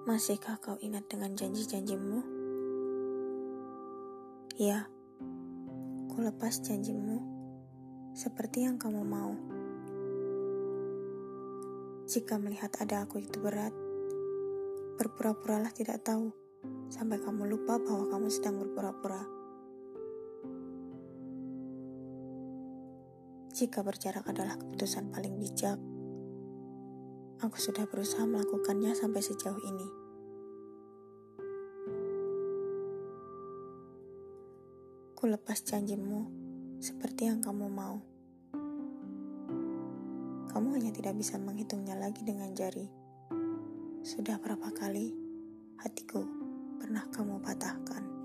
Masihkah kau ingat dengan janji-janjimu? Ya, ku lepas janjimu seperti yang kamu mau. Jika melihat ada aku itu berat, berpura-puralah tidak tahu sampai kamu lupa bahwa kamu sedang berpura-pura. Jika berjarak adalah keputusan paling bijak, aku sudah berusaha melakukannya sampai sejauh ini. Ku lepas janjimu seperti yang kamu mau. Kamu hanya tidak bisa menghitungnya lagi dengan jari. Sudah berapa kali hatiku pernah kamu patahkan.